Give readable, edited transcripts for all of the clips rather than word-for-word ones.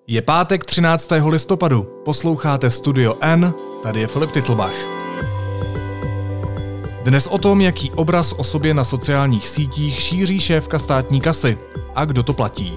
Je pátek 13. listopadu, posloucháte Studio N, tady je Filip Titlbach. Dnes o tom, jaký obraz o sobě na sociálních sítích šíří šéfka státní kasy a kdo to platí.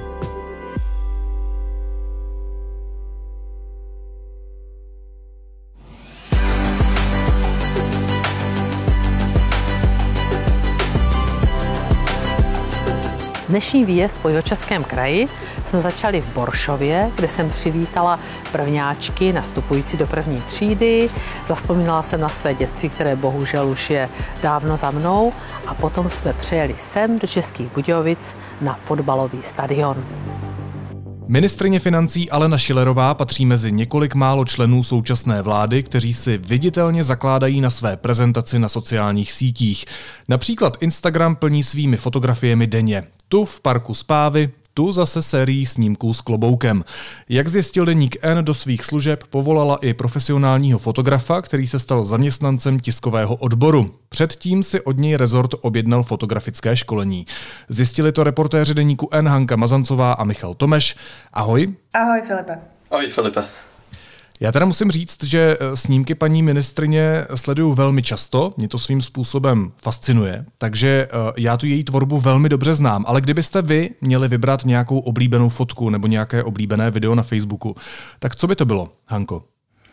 Dnešní výjezd po Jihočeském kraji jsme začali v Boršově, kde jsem přivítala prvňáčky nastupující do první třídy. Zavzpomínala jsem na své dětství, které bohužel už je dávno za mnou. A potom jsme přijeli sem do Českých Budějovic na fotbalový stadion. Ministryně financí Alena Schillerová patří mezi několik málo členů současné vlády, kteří si viditelně zakládají na své prezentaci na sociálních sítích. Například Instagram plní svými fotografiemi denně. Tu v parku s pávy, tu zase sérií snímků s kloboukem. Jak zjistil deník N, do svých služeb povolala i profesionálního fotografa, který se stal zaměstnancem tiskového odboru. Předtím si od něj rezort objednal fotografické školení. Zjistili to reportéři deníku N Hanka Mazancová a Michal Tomeš. Ahoj. Ahoj Filipe. Ahoj Filipe. Já teda musím říct, že snímky paní ministryně sleduju velmi často, mě to svým způsobem fascinuje, takže já tu její tvorbu velmi dobře znám, ale kdybyste vy měli vybrat nějakou oblíbenou fotku nebo nějaké oblíbené video na Facebooku, tak co by to bylo, Hanko?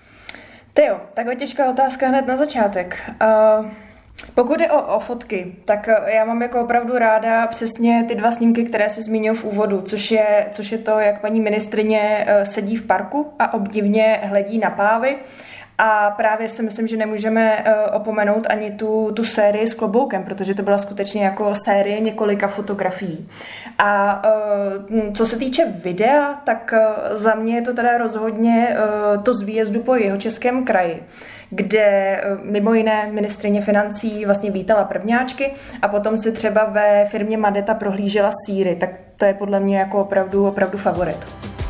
Tyjo, takhle těžká otázka hned na začátek. Pokud jde o fotky, tak já mám jako opravdu ráda přesně ty dva snímky, které jsi zmínil v úvodu, což je to, jak paní ministryně sedí v parku a obdivně hledí na pávy. A právě si myslím, že nemůžeme opomenout ani tu sérii s kloboukem, protože to byla skutečně jako série několika fotografií. A co se týče videa, tak za mě je to teda rozhodně to z výjezdu po Jihočeském kraji, kde mimo jiné ministryně financí vlastně vítala prvňáčky a potom si třeba ve firmě Madeta prohlížela sýry, tak to je podle mě jako opravdu favorit.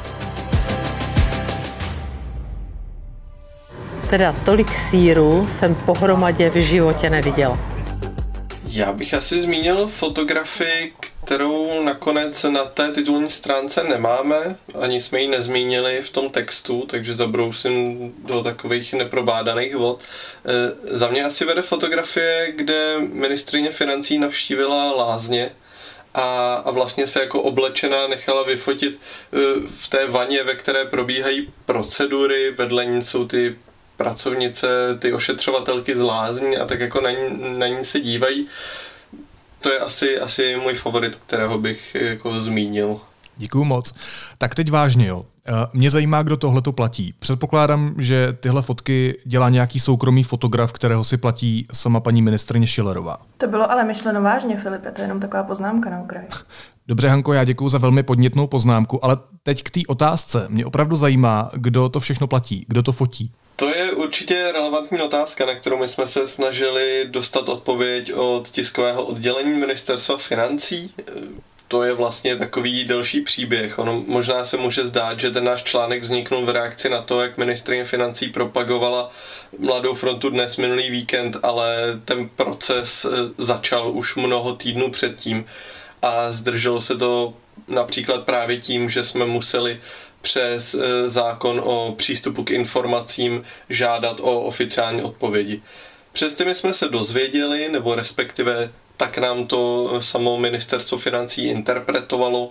Teda tolik sýru jsem pohromadě v životě neviděla. Já bych asi zmínil fotografii, kterou nakonec na té titulní stránce nemáme, ani jsme ji nezmínili v tom textu, takže zabrousím do takových neprobádaných vod. Za mě asi vede fotografie, kde ministryně financí navštívila lázně a vlastně se jako oblečená nechala vyfotit v té vaně, ve které probíhají procedury, vedle ní jsou ty pracovnice, ty ošetřovatelky z lázní a tak jako na ní se dívají. To je asi můj favorit, kterého bych jako zmínil. Děkuju moc. Tak teď vážně, jo. Mě zajímá, kdo tohleto platí. Předpokládám, že tyhle fotky dělá nějaký soukromý fotograf, kterého si platí sama paní ministryně Schillerová. To bylo ale myšleno vážně, Filipe, to je jenom taková poznámka na okraji. Dobře, Hanko, já děkuju za velmi podnětnou poznámku, ale teď k té otázce. Mě opravdu zajímá, kdo to všechno platí, kdo to fotí. To je určitě relevantní otázka, na kterou my jsme se snažili dostat odpověď od tiskového oddělení ministerstva financí. To je vlastně takový delší příběh. Ono možná se může zdát, že ten náš článek vzniknul v reakci na to, jak ministryně financí propagovala Mladou frontu dnes minulý víkend, ale ten proces začal už mnoho týdnů předtím a zdrželo se to například právě tím, že jsme museli přes zákon o přístupu k informacím žádat o oficiální odpovědi. Přes tím jsme se dozvěděli, nebo respektive tak nám to samo ministerstvo financí interpretovalo,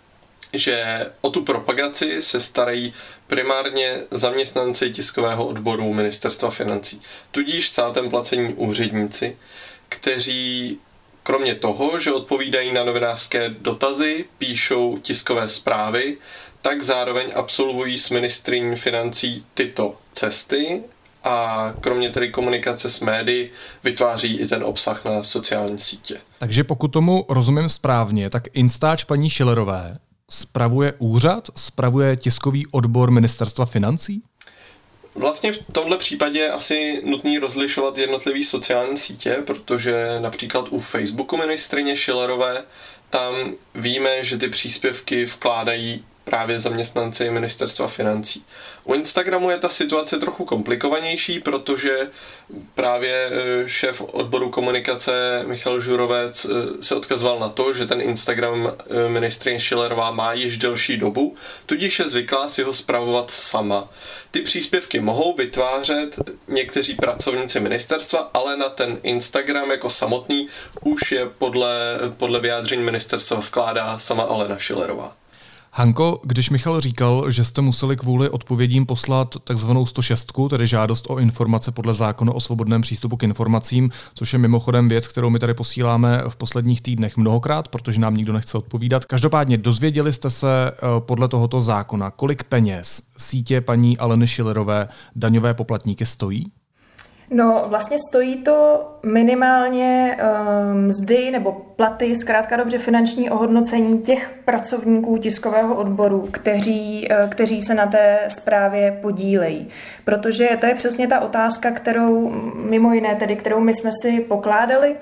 že o tu propagaci se starají primárně zaměstnanci tiskového odboru ministerstva financí. Tudíž státem placení úředníci, kteří kromě toho, že odpovídají na novinářské dotazy, píšou tiskové zprávy, tak zároveň absolvují s ministryní financí tyto cesty a kromě tedy komunikace s médií vytváří i ten obsah na sociální sítě. Takže pokud tomu rozumím správně, tak Instač paní Schillerové spravuje úřad, spravuje tiskový odbor ministerstva financí? Vlastně v tomhle případě je asi nutný rozlišovat jednotlivé sociální sítě, protože například u Facebooku ministryně Schillerové tam víme, že ty příspěvky vkládají právě zaměstnanci ministerstva financí. U Instagramu je ta situace trochu komplikovanější, protože právě šéf odboru komunikace Michal Žurovec se odkazoval na to, že ten Instagram ministryně Schillerová má již delší dobu, tudíž je zvyklá si ho spravovat sama. Ty příspěvky mohou vytvářet někteří pracovníci ministerstva, ale na ten Instagram jako samotný už je podle vyjádření ministerstva vkládá sama Alena Schillerová. Hanko, když Michal říkal, že jste museli kvůli odpovědím poslat takzvanou 106, tedy žádost o informace podle zákona o svobodném přístupu k informacím, což je mimochodem věc, kterou my tady posíláme v posledních týdnech mnohokrát, protože nám nikdo nechce odpovídat. Každopádně dozvěděli jste se podle tohoto zákona, kolik peněz sítě paní Aleny Schillerové daňové poplatníky stojí? No, vlastně stojí to minimálně mzdy nebo platy, zkrátka dobře finanční ohodnocení těch pracovníků tiskového odboru, kteří se na té zprávě podílejí. Protože to je přesně ta otázka, kterou mimo jiné tedy, kterou my jsme si pokládali,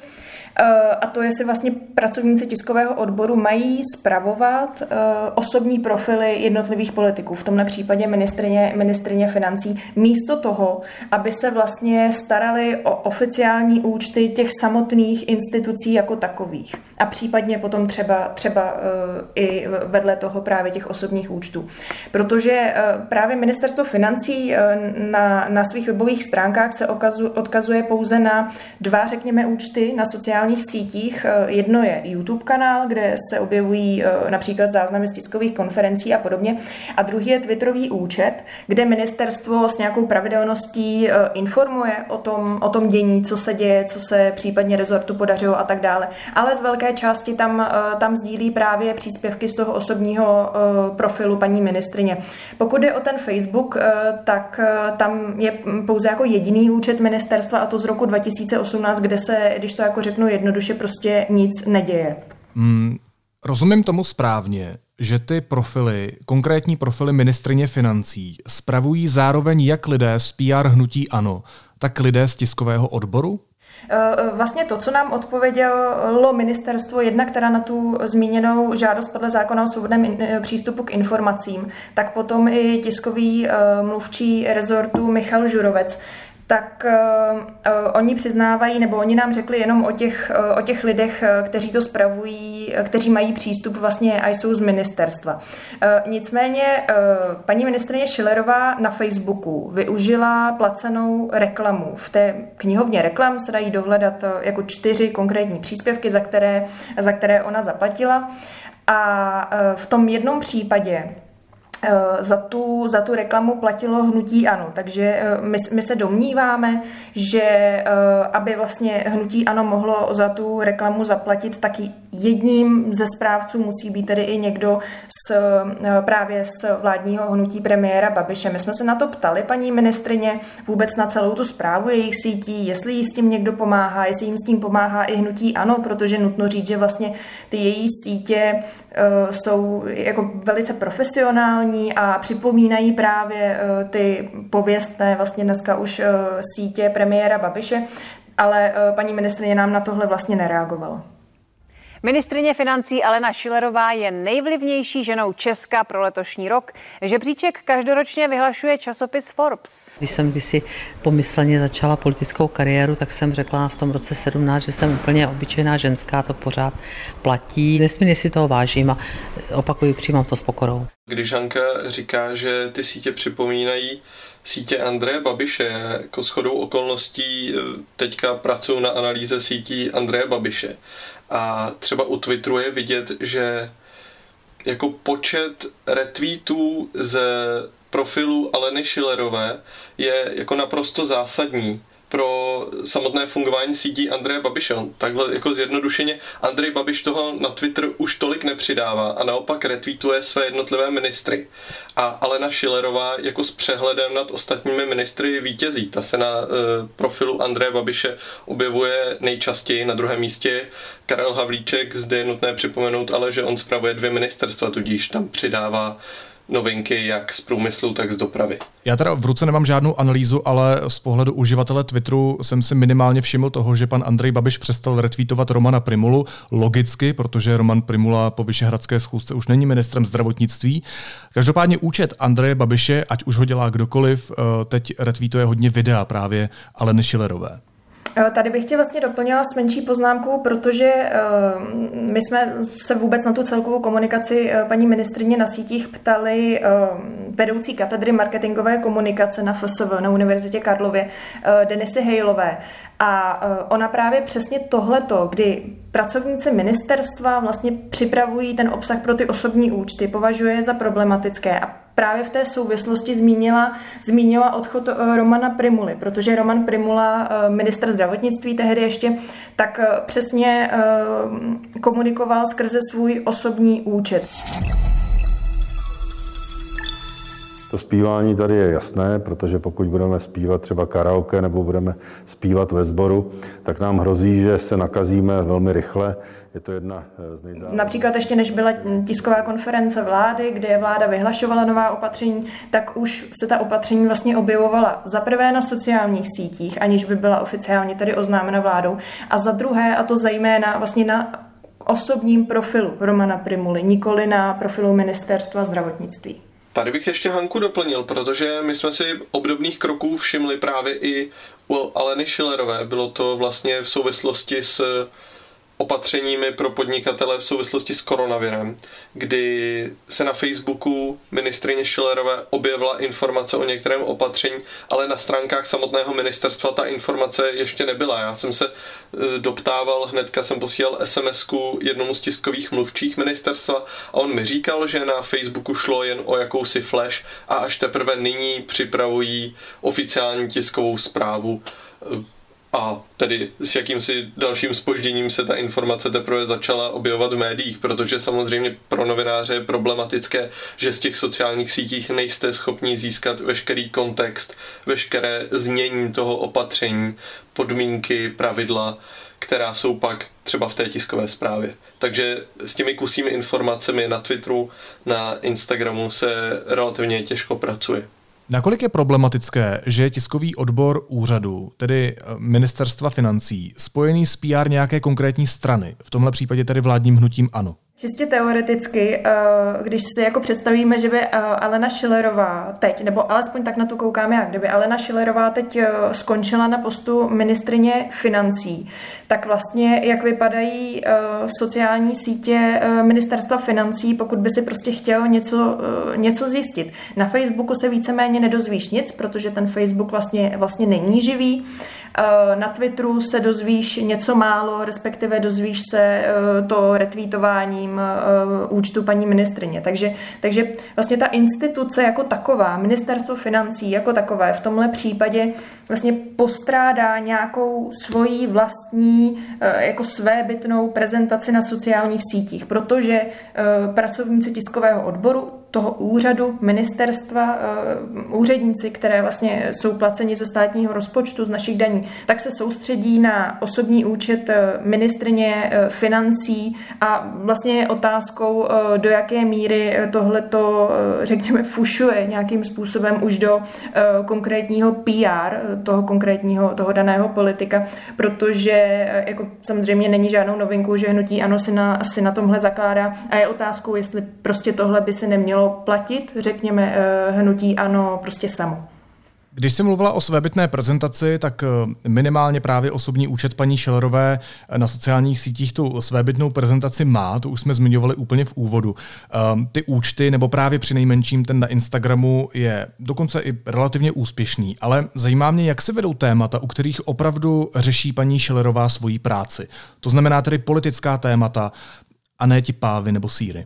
a to, jestli vlastně pracovníci tiskového odboru mají spravovat osobní profily jednotlivých politiků, v tomhle případě ministryně financí, místo toho, aby se vlastně starali o oficiální účty těch samotných institucí jako takových. A případně potom třeba i vedle toho právě těch osobních účtů. Protože právě ministerstvo financí na svých webových stránkách se odkazuje pouze na 2, řekněme, účty na sociálních sítích. Jedno je YouTube kanál, kde se objevují například záznamy z tiskových konferencí a podobně. A druhý je Twitterový účet, kde ministerstvo s nějakou pravidelností informuje o tom dění, co se děje, co se případně rezortu podařilo a tak dále. Ale z velké části tam sdílí právě příspěvky z toho osobního profilu paní ministryně. Pokud je o ten Facebook, tak tam je pouze jako jediný účet ministerstva, a to z roku 2018, kde se, když to jako řeknu jednoduše, prostě nic neděje. Rozumím tomu správně, že ty profily, konkrétní profily ministryně financí, spravují zároveň jak lidé z PR hnutí ANO, tak lidé z tiskového odboru? Vlastně to, co nám odpovědělo ministerstvo jednak teda na tu zmíněnou žádost podle zákona o svobodném přístupu k informacím, tak potom i tiskový mluvčí rezortu Michal Žurovec, tak oni přiznávají, nebo oni nám řekli jenom o těch lidech, kteří to spravují, kteří mají přístup vlastně a jsou z ministerstva. Nicméně paní ministryně Schillerová na Facebooku využila placenou reklamu. V té knihovně reklam se dají dohledat jako 4 konkrétní příspěvky, za které ona zaplatila. A v tom jednom případě za tu reklamu platilo hnutí ANO, takže my se domníváme, že aby vlastně hnutí ANO mohlo za tu reklamu zaplatit, taky jedním ze správců musí být tedy i někdo právě z vládního hnutí premiéra Babiše. My jsme se na to ptali paní ministryně vůbec na celou tu správu jejich sítí, jestli jí s tím někdo pomáhá, jestli jim s tím pomáhá i hnutí ANO, protože nutno říct, že vlastně ty její sítě jsou jako velice profesionální a připomínají právě ty pověstné vlastně dneska už sítě premiéra Babiše, ale paní ministryně nám na tohle vlastně nereagovala. Ministryně financí Alena Schillerová je nejvlivnější ženou Česka pro letošní rok. Žebříček každoročně vyhlašuje časopis Forbes. Když jsem kdysi pomyslně začala politickou kariéru, tak jsem řekla v tom roce 17, že jsem úplně obyčejná ženská, to pořád platí. Nesmírně si toho vážím a opakuju, přijímám to s pokorou. Když Hanka říká, že ty sítě připomínají sítě Andreje Babiše, jako shodou okolností teďka pracuji na analýze sítí Andreje Babiše. A třeba u Twitteru je vidět, že jako počet retweetů z profilu Aleny Schillerové je jako naprosto zásadní pro samotné fungování sítí Andreje Babiše. Takhle jako zjednodušeně Andrej Babiš toho na Twitter už tolik nepřidává a naopak retweetuje své jednotlivé ministry. A Alena Schillerová jako s přehledem nad ostatními ministry vítězí. Ta se na profilu Andreje Babiše objevuje nejčastěji. Na druhém místě Karel Havlíček, zde je nutné připomenout, ale že on spravuje 2 ministerstva, tudíž tam přidává novinky jak z průmyslu, tak z dopravy. Já teda v ruce nemám žádnou analýzu, ale z pohledu uživatele Twitteru jsem si minimálně všiml toho, že pan Andrej Babiš přestal retweetovat Romana Prymulu. Logicky, protože Roman Prymula po vyšehradské schůzce už není ministrem zdravotnictví. Každopádně účet Andreje Babiše, ať už ho dělá kdokoliv, teď retweetuje hodně videa právě Aleny Schillerové. Tady bych tě vlastně doplnila s menší poznámkou, protože my jsme se vůbec na tu celkovou komunikaci paní ministryně na sítích ptali vedoucí katedry marketingové komunikace na FSV na Univerzitě Karlově Denisy Hejlové. A ona právě přesně tohleto, kdy pracovníci ministerstva vlastně připravují ten obsah pro ty osobní účty, považuje za problematické. A právě v té souvislosti zmínila odchod Romana Prymuly, protože Roman Prymula, ministr zdravotnictví tehdy ještě, tak přesně komunikoval skrze svůj osobní účet. To zpívání tady je jasné, protože pokud budeme zpívat třeba karaoke nebo budeme zpívat ve sboru, tak nám hrozí, že se nakazíme velmi rychle. Je to jedna z nejzávažnějších. Například ještě než byla tisková konference vlády, kde vláda vyhlašovala nová opatření, tak už se ta opatření vlastně objevovala za prvé na sociálních sítích, aniž by byla oficiálně tady oznámena vládou, a za druhé, a to zejména vlastně na osobním profilu Romana Prymuly, nikoli na profilu ministerstva zdravotnictví. Tady bych ještě Hanku doplnil, protože my jsme si obdobných kroků všimli právě i u Aleny Schillerové. Bylo to vlastně v souvislosti s opatřeními pro podnikatele v souvislosti s koronavirem, kdy se na Facebooku ministryně Schillerové objevila informace o některém opatření, ale na stránkách samotného ministerstva ta informace ještě nebyla. Já jsem se doptával, hnedka jsem posílal SMS-ku jednomu z tiskových mluvčích ministerstva a on mi říkal, že na Facebooku šlo jen o jakousi flash a až teprve nyní připravují oficiální tiskovou zprávu. A tedy s jakýmsi dalším zpožděním se ta informace teprve začala objevovat v médiích, protože samozřejmě pro novináře je problematické, že z těch sociálních sítích nejste schopni získat veškerý kontext, veškeré znění toho opatření, podmínky, pravidla, která jsou pak třeba v té tiskové zprávě. Takže s těmi kusími informacemi na Twitteru, na Instagramu se relativně těžko pracuje. Nakolik je problematické, že je tiskový odbor úřadu, tedy ministerstva financí, spojený s PR nějaké konkrétní strany, v tomhle případě tedy vládním hnutím ANO? Čistě teoreticky, když si jako představíme, že by Alena Schillerová teď, nebo alespoň tak na to koukám já, kdyby Alena Schillerová teď skončila na postu ministryně financí, tak vlastně jak vypadají sociální sítě ministerstva financí, pokud by si prostě chtěl něco zjistit. Na Facebooku se víceméně nedozvíš nic, protože ten Facebook vlastně není živý. Na Twitteru se dozvíš něco málo, respektive dozvíš se to retweetováním účtu paní ministryně. Takže vlastně ta instituce jako taková, ministerstvo financí jako takové v tomhle případě vlastně postrádá nějakou svoji vlastní jako svébytnou prezentaci na sociálních sítích, protože pracovníci tiskového odboru toho úřadu, ministerstva, úředníci, které vlastně jsou placeni ze státního rozpočtu, z našich daní, tak se soustředí na osobní účet ministryně financí a vlastně je otázkou, do jaké míry tohleto, řekněme, fušuje nějakým způsobem už do konkrétního PR toho daného politika, protože jako samozřejmě není žádnou novinku, že hnutí ANO si na tomhle zakládá a je otázkou, jestli prostě tohle by si nemělo platit, řekněme, hnutí ANO prostě samo. Když jsi mluvila o svébytné prezentaci, tak minimálně právě osobní účet paní Schillerové na sociálních sítích tu svébytnou prezentaci má, to už jsme zmiňovali úplně v úvodu. Ty účty, nebo právě přinejmenším ten na Instagramu je dokonce i relativně úspěšný, ale zajímá mě, jak se vedou témata, u kterých opravdu řeší paní Schillerová svoji práci. To znamená tedy politická témata a ne ti pávy nebo sýry.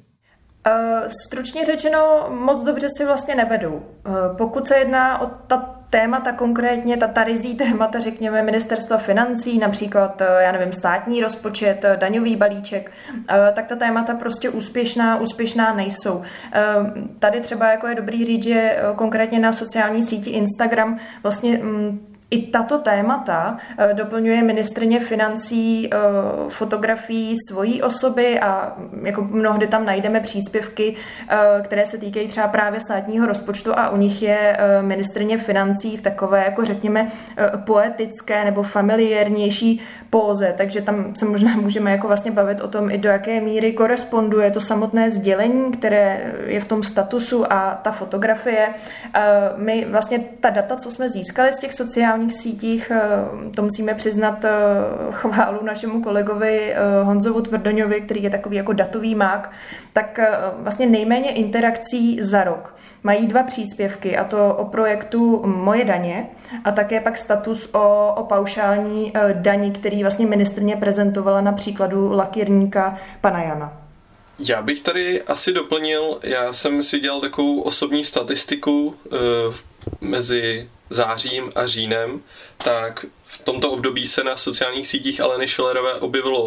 Stručně řečeno, moc dobře si vlastně nevedou. Pokud se jedná o ta témata konkrétně, ta rizí témata, řekněme, ministerstva financí, například, já nevím, státní rozpočet, daňový balíček, tak ta témata prostě úspěšná nejsou. Tady třeba jako je dobrý říct, že konkrétně na sociální síti Instagram vlastně I tato témata doplňuje ministryně financí fotografií svojí osoby a jako mnohdy tam najdeme příspěvky, které se týkají třeba právě státního rozpočtu a u nich je ministryně financí v takové, jako řekněme, poetické nebo familiérnější póze, takže tam se možná můžeme jako vlastně bavit o tom, i do jaké míry koresponduje to samotné sdělení, které je v tom statusu a ta fotografie. My vlastně ta data, co jsme získali z těch sociálních sítích, to musíme přiznat chválu našemu kolegovi Honzovu Tvrdoňovi, který je takový jako datový mák, tak vlastně nejméně interakcí za rok. Mají 2 příspěvky, a to o projektu Moje daně a také pak status o paušální dani, který vlastně ministryně prezentovala na příkladu lakírníka pana Jana. Já bych tady asi doplnil, já jsem si dělal takovou osobní statistiku mezi zářím a říjnem, tak v tomto období se na sociálních sítích Aleny Schillerové objevilo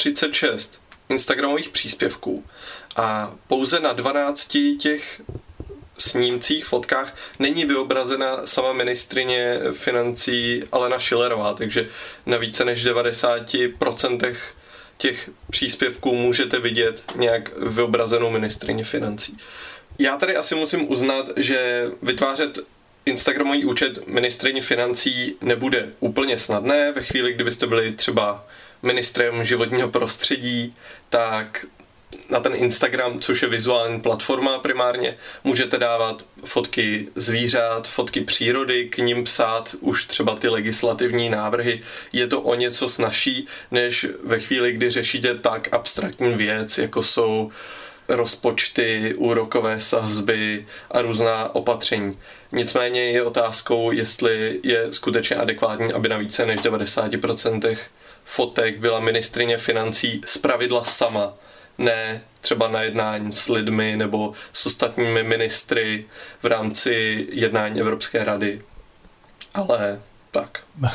136 instagramových příspěvků a pouze na 12 těch snímcích, fotkách není vyobrazena sama ministryně financí Alena Schillerová, takže na více než 90% těch příspěvků můžete vidět nějak vyobrazenou ministryni financí. Já tady asi musím uznat, že vytvářet instagramový účet ministryni financí nebude úplně snadné. Ve chvíli, kdybyste byli třeba ministrem životního prostředí, tak na ten Instagram, což je vizuální platforma primárně, můžete dávat fotky zvířat, fotky přírody, k nim psát už třeba ty legislativní návrhy. Je to o něco snazší, než ve chvíli, kdy řešíte tak abstraktní věc, jako jsou rozpočty, úrokové sazby a různá opatření. Nicméně je otázkou, jestli je skutečně adekvátní, aby na více než 90% fotek byla ministryně financí zpravidla sama, ne třeba na jednání s lidmi nebo s ostatními ministry v rámci jednání Evropské rady. Ale tak.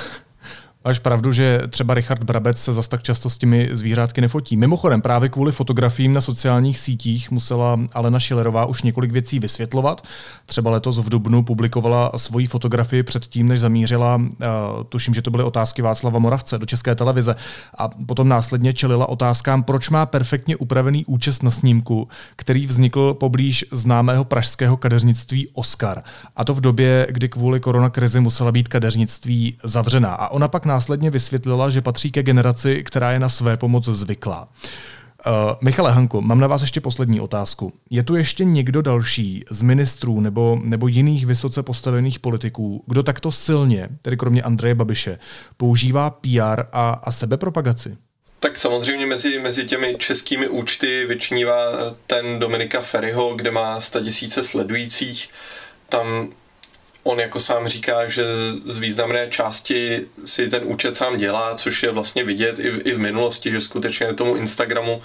Máš pravdu, že třeba Richard Brabec se zas tak často s těmi zvířátky nefotí. Mimochodem, právě kvůli fotografiím na sociálních sítích musela Alena Schillerová už několik věcí vysvětlovat. Třeba letos v dubnu publikovala svoji fotografii předtím, než zamířila, tuším, že to byly otázky Václava Moravce do České televize, a potom následně čelila otázkám, proč má perfektně upravený účes na snímku, který vznikl poblíž známého pražského kadeřnictví Oskar. A to v době, kdy kvůli koronakrizi musela být kadeřnictví zavřená. A ona pak následně vysvětlila, že patří ke generaci, která je na své pomoc zvyklá. Michale Hanko, mám na vás ještě poslední otázku. Je tu ještě někdo další z ministrů nebo jiných vysoce postavených politiků, kdo takto silně, tedy kromě Andreje Babiše, používá PR a sebepropagaci? Tak samozřejmě mezi těmi českými účty vyčnívá ten Dominika Feriho, kde má 100 000 sledujících. Tam on jako sám říká, že z významné části si ten účet sám dělá, což je vlastně vidět i v minulosti, že skutečně tomu Instagramu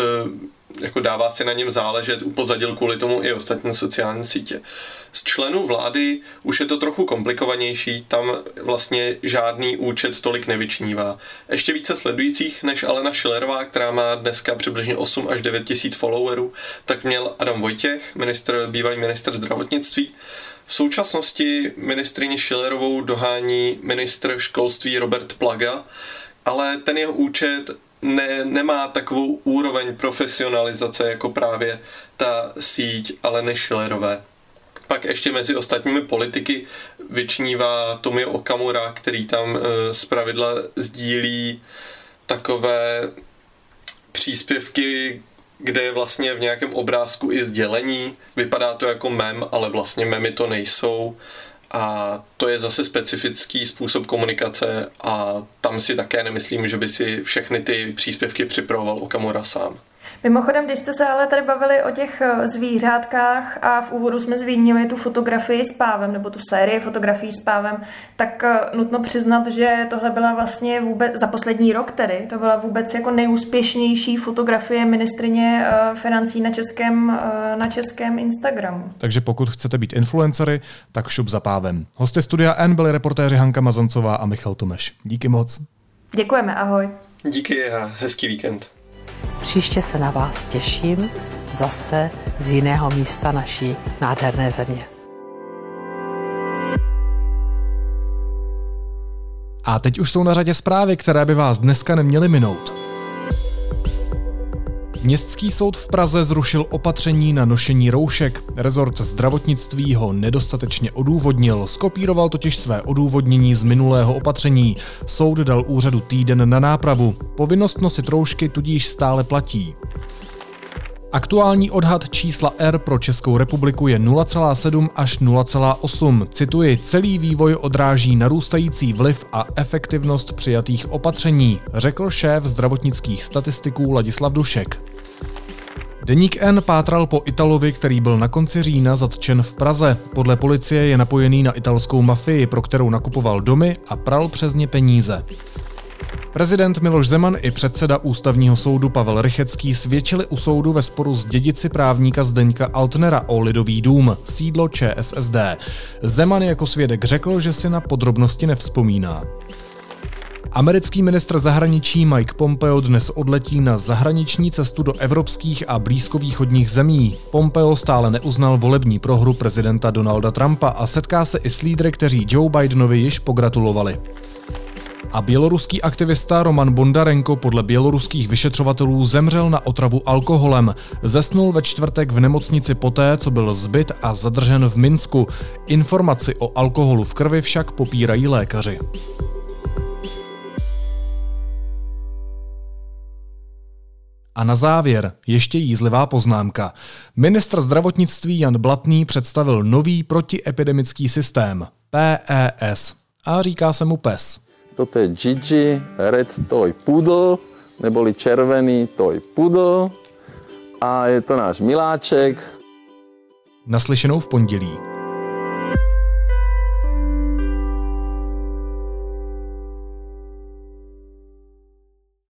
jako dává si na něm záležet, upozadil kvůli tomu i ostatní sociální sítě. Z členů vlády už je to trochu komplikovanější, tam vlastně žádný účet tolik nevyčnívá. Ještě více sledujících než Alena Schillerová, která má dneska přibližně 8 až 9 tisíc followerů, tak měl Adam Vojtěch, bývalý ministr zdravotnictví. V současnosti ministryni Schillerovou dohání ministr školství Robert Plaga, ale ten jeho účet nemá takovou úroveň profesionalizace jako právě ta síť Aleny Schillerové. Pak ještě mezi ostatními politiky vyčnívá Tomio Okamura, který tam zpravidla sdílí takové příspěvky, kde je vlastně v nějakém obrázku i sdělení. Vypadá to jako mem, ale vlastně memy to nejsou. A to je zase specifický způsob komunikace a tam si také nemyslím, že by si všechny ty příspěvky připravoval Okamura sám. Mimochodem, když jste se ale tady bavili o těch zvířátkách a v úvodu jsme zmínili tu fotografii s pávem, nebo tu sérii fotografií s pávem, tak nutno přiznat, že tohle byla vlastně vůbec, za poslední rok tedy, to byla vůbec jako nejúspěšnější fotografie ministryně financí na českém Instagramu. Takže pokud chcete být influencery, tak šup za pávem. Hosty Studia N byli reportéři Hanka Mazancová a Michal Tomeš. Díky moc. Děkujeme, ahoj. Díky a hezký víkend. Příště se na vás těším zase z jiného místa naší nádherné země. A teď už jsou na řadě zprávy, které by vás dneska neměly minout. Městský soud v Praze zrušil opatření na nošení roušek. Rezort zdravotnictví ho nedostatečně odůvodnil, skopíroval totiž své odůvodnění z minulého opatření. Soud dal úřadu týden na nápravu. Povinnost nosit roušky tudíž stále platí. Aktuální odhad čísla R pro Českou republiku je 0,7 až 0,8. Cituji, celý vývoj odráží narůstající vliv a efektivnost přijatých opatření, řekl šéf zdravotnických statistiků Ladislav Dušek. Deník N pátral po Italovi, který byl na konci října zatčen v Praze. Podle policie je napojený na italskou mafii, pro kterou nakupoval domy a pral přes ně peníze. Prezident Miloš Zeman i předseda Ústavního soudu Pavel Rychecký svědčili u soudu ve sporu s dědici právníka Zdeňka Altnera o Lidový dům, sídlo ČSSD. Zeman jako svědek řekl, že si na podrobnosti nevzpomíná. Americký ministr zahraničí Mike Pompeo dnes odletí na zahraniční cestu do evropských a blízkovýchodních zemí. Pompeo stále neuznal volební prohru prezidenta Donalda Trumpa a setká se i s lídry, kteří Joe Bidenovi již pogratulovali. A běloruský aktivista Roman Bondarenko podle běloruských vyšetřovatelů zemřel na otravu alkoholem. Zesnul ve čtvrtek v nemocnici poté, co byl zbyt a zadržen v Minsku. Informaci o alkoholu v krvi však popírají lékaři. A na závěr ještě jízlivá poznámka. Ministr zdravotnictví Jan Blatný představil nový protiepidemický systém PES a říká se mu PES. Toto je Gigi, Red Toy Poodle, neboli červený Toy Poodle a je to náš miláček. Naslyšenou v pondělí.